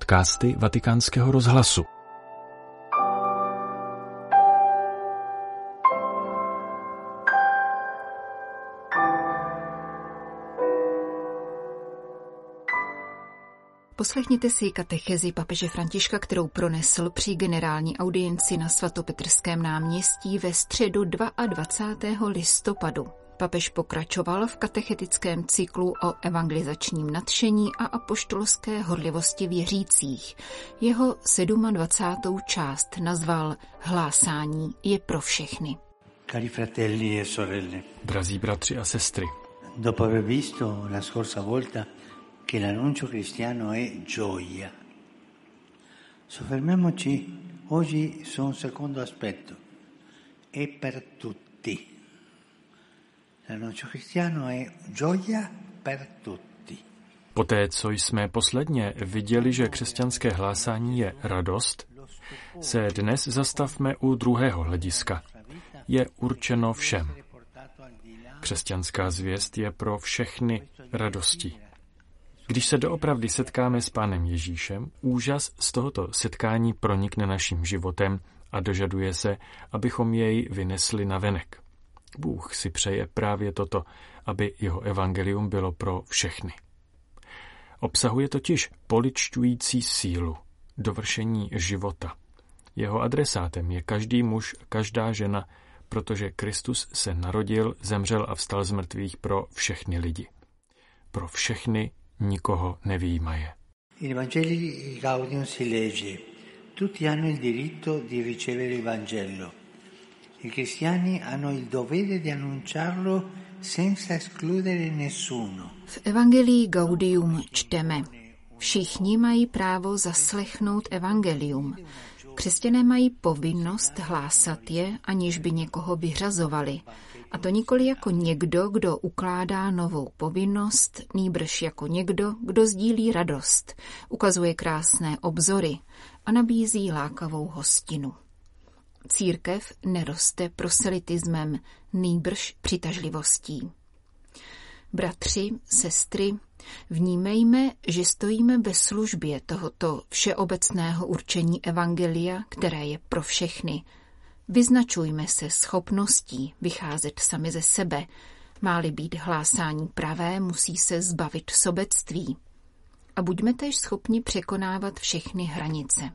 podcasty Vatikánského rozhlasu. Poslechněte si katechezi papeže Františka, kterou pronesl při generální audienci na Svatopetrském náměstí ve středu 22. listopadu. Papež pokračoval v katechetickém cyklu o evangelizačním nadšení a apoštolské horlivosti věřících. Jeho 27. část nazval Hlásání je pro všechny. Cari fratelli e sorelle. Drazí bratři a sestry. Dopo aver visto la scorsa volta che l'annuncio cristiano è gioia, soffermiamoci oggi su un secondo aspetto. È per tutti. L'annuncio cristiano è gioia per tutti. Poté, co jsme posledně viděli, že křesťanské hlásání je radost, se dnes zastavme u druhého hlediska. Je určeno všem. Křesťanská zvěst je pro všechny radostí. Když se doopravdy setkáme s Pánem Ježíšem, úžas z tohoto setkání pronikne naším životem a dožaduje se, abychom jej vynesli navenek. Bůh si přeje právě toto, aby jeho evangelium bylo pro všechny. Obsahuje totiž poličťující sílu, dovršení života. Jeho adresátem je každý muž, každá žena, protože Kristus se narodil, zemřel a vstal z mrtvých pro všechny lidi. Pro všechny, nikoho nevyjímaje. In Evangelii Gaudium si legge: tutti hanno il diritto di ricevere il Vangelo. I cristiani hanno il dovere di annunciarlo senza escludere nessuno. V Evangelii Gaudium čteme: všichni mají právo zaslechnout evangelium. Křesťané mají povinnost hlásat je, aniž by někoho vyřazovali. A to nikoli jako někdo, kdo ukládá novou povinnost, nýbrž jako někdo, kdo sdílí radost, ukazuje krásné obzory a nabízí lákavou hostinu. Církev neroste proselitismem, nýbrž přitažlivostí. Bratři, sestry, vnímejme, že stojíme ve službě tohoto všeobecného určení evangelia, které je pro všechny. Vyznačujme se schopností vycházet sami ze sebe. Má-li být hlásání pravé, musí se zbavit sobectví. A buďme též schopni překonávat všechny hranice.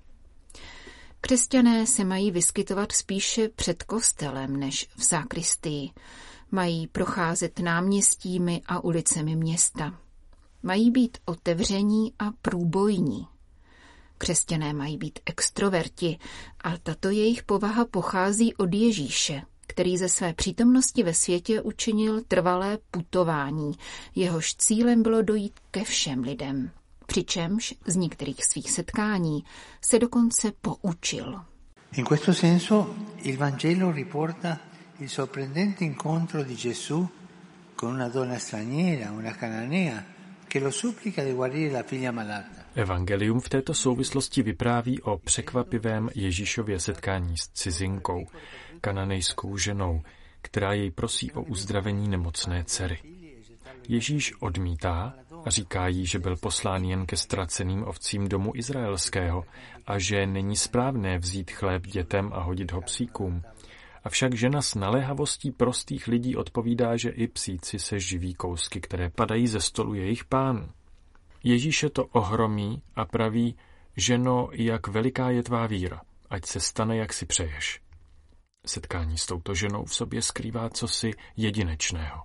Křesťané se mají vyskytovat spíše před kostelem než v sakristii. Mají procházet náměstími a ulicemi města. Mají být otevření a průbojní. Křesťané mají být extroverti a tato jejich povaha pochází od Ježíše, který ze své přítomnosti ve světě učinil trvalé putování. Jehož cílem bylo dojít ke všem lidem, přičemž z některých svých setkání se dokonce poučil. In questo senso il Vangelo riporta il sorprendente incontro di Gesù con una donna straniera, una cananea, che lo supplica di guarire la figlia malata. Evangelium v této souvislosti vypráví o překvapivém Ježíšově setkání s cizinkou, kananejskou ženou, která jej prosí o uzdravení nemocné dcery. Ježíš odmítá a říká jí, že byl poslán jen ke ztraceným ovcím domu izraelského a že není správné vzít chléb dětem a hodit ho psíkům. Avšak žena s naléhavostí prostých lidí odpovídá, že i psíci se živí kousky, které padají ze stolu jejich pánů. Ježíše to ohromí a praví: ženo, jak veliká je tvá víra, ať se stane, jak si přeješ. Setkání s touto ženou v sobě skrývá cosi jedinečného.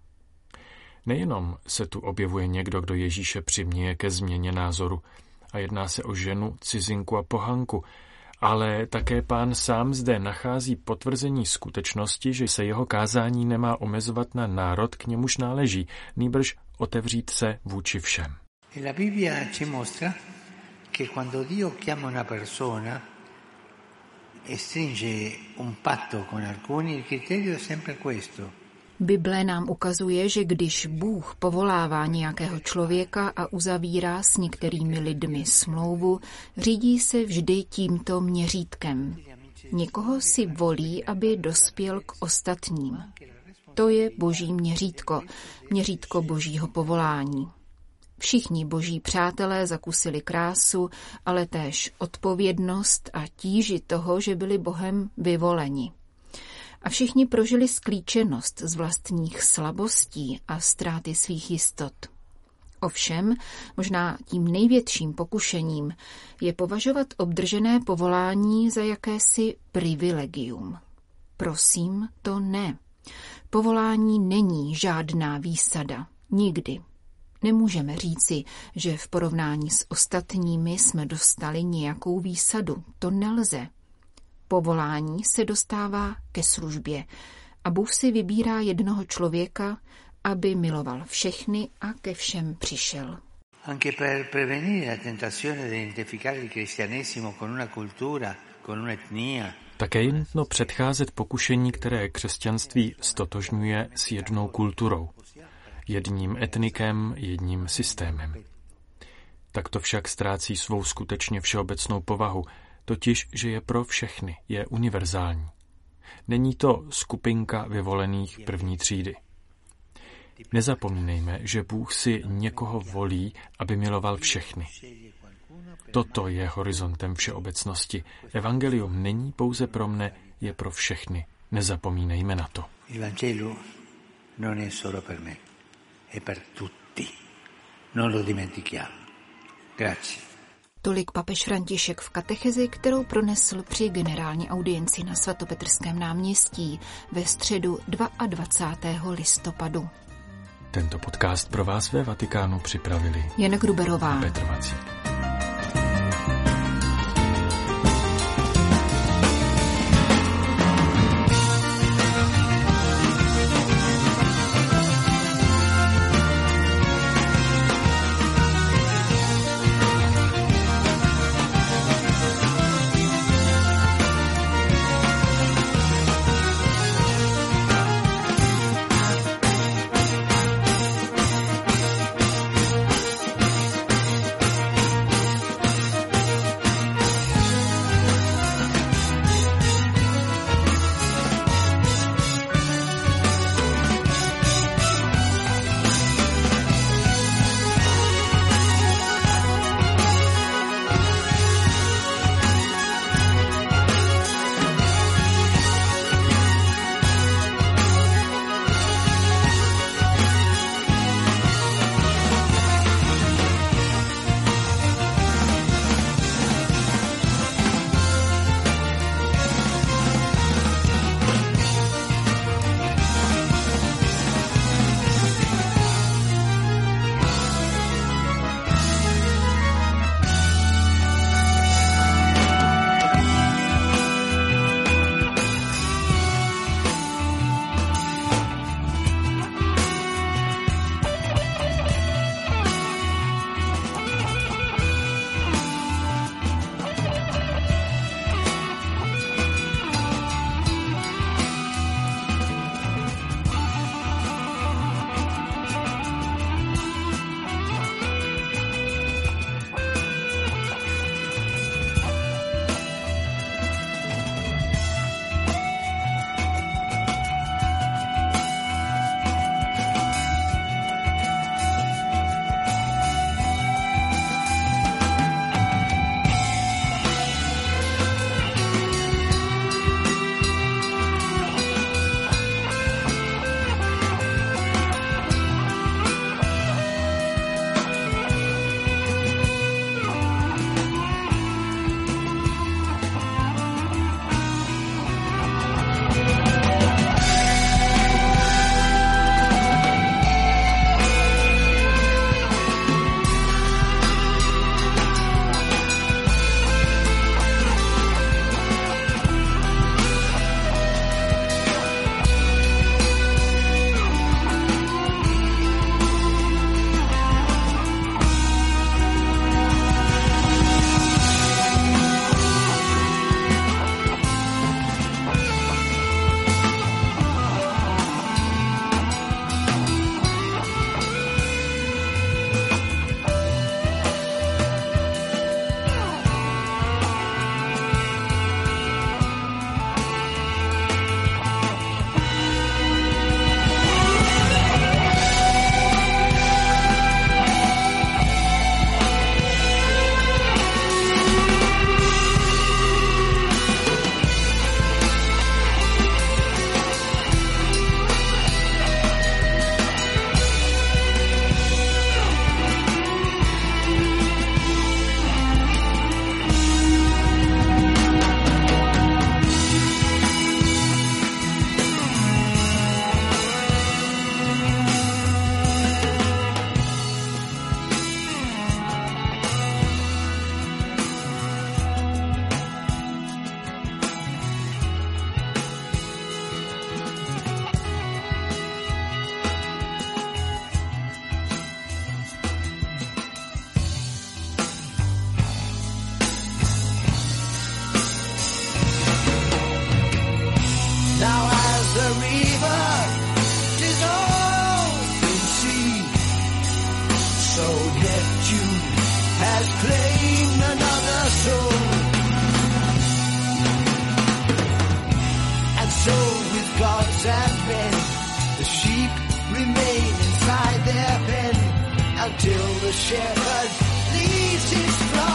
Nejenom se tu objevuje někdo, kdo Ježíše přiměje ke změně názoru a jedná se o ženu, cizinku a pohanku, ale také Pán sám zde nachází potvrzení skutečnosti, že se jeho kázání nemá omezovat na národ, k němuž náleží, nýbrž otevřít se vůči všem. La Bibbia ci mostra che quando Dio chiama una persona e stringe un patto con alcuni, il criterio è sempre questo. Bible nám ukazuje, že když Bůh povolává nějakého člověka a uzavírá s některými lidmi smlouvu, řídí se vždy tímto měřítkem. Někoho si volí, aby dospěl k ostatním. To je boží měřítko, měřítko božího povolání. Všichni boží přátelé zakusili krásu, ale též odpovědnost a tíži toho, že byli Bohem vyvoleni. A všichni prožili sklíčenost z vlastních slabostí a ztráty svých jistot. Ovšem, možná tím největším pokušením je považovat obdržené povolání za jakési privilegium. Prosím, to ne. Povolání není žádná výsada. Nikdy. Nemůžeme říci, že v porovnání s ostatními jsme dostali nějakou výsadu. To nelze. Povolání se dostává ke službě a Bůh si vybírá jednoho člověka, aby miloval všechny a ke všem přišel. Anche per prevenire la tentazione di identificare il cristianesimo con una cultura, con un'etnia. Také je nutno předcházet pokušení, které křesťanství stotožňuje s jednou kulturou, jedním etnikem, jedním systémem. Tak to však ztrácí svou skutečně všeobecnou povahu, totiž, že je pro všechny, je univerzální. Není to skupinka vyvolených první třídy. Nezapomínejme, že Bůh si někoho volí, aby miloval všechny. Toto je horizontem všeobecnosti. Evangelium není pouze pro mne, je pro všechny. Nezapomínejme na to. Evangelium non è solo per me, è per tutti. Non lo dimentichiamo. Grazie. Tolik papež František v katechezi, kterou pronesl při generální audienci na Svatopetrském náměstí ve středu 22. listopadu. Tento podcast pro vás ve Vatikánu připravili Jana Gruberová, Petr Vacík. lambs and men. The sheep remain inside their pen until the shepherd leaves his flock.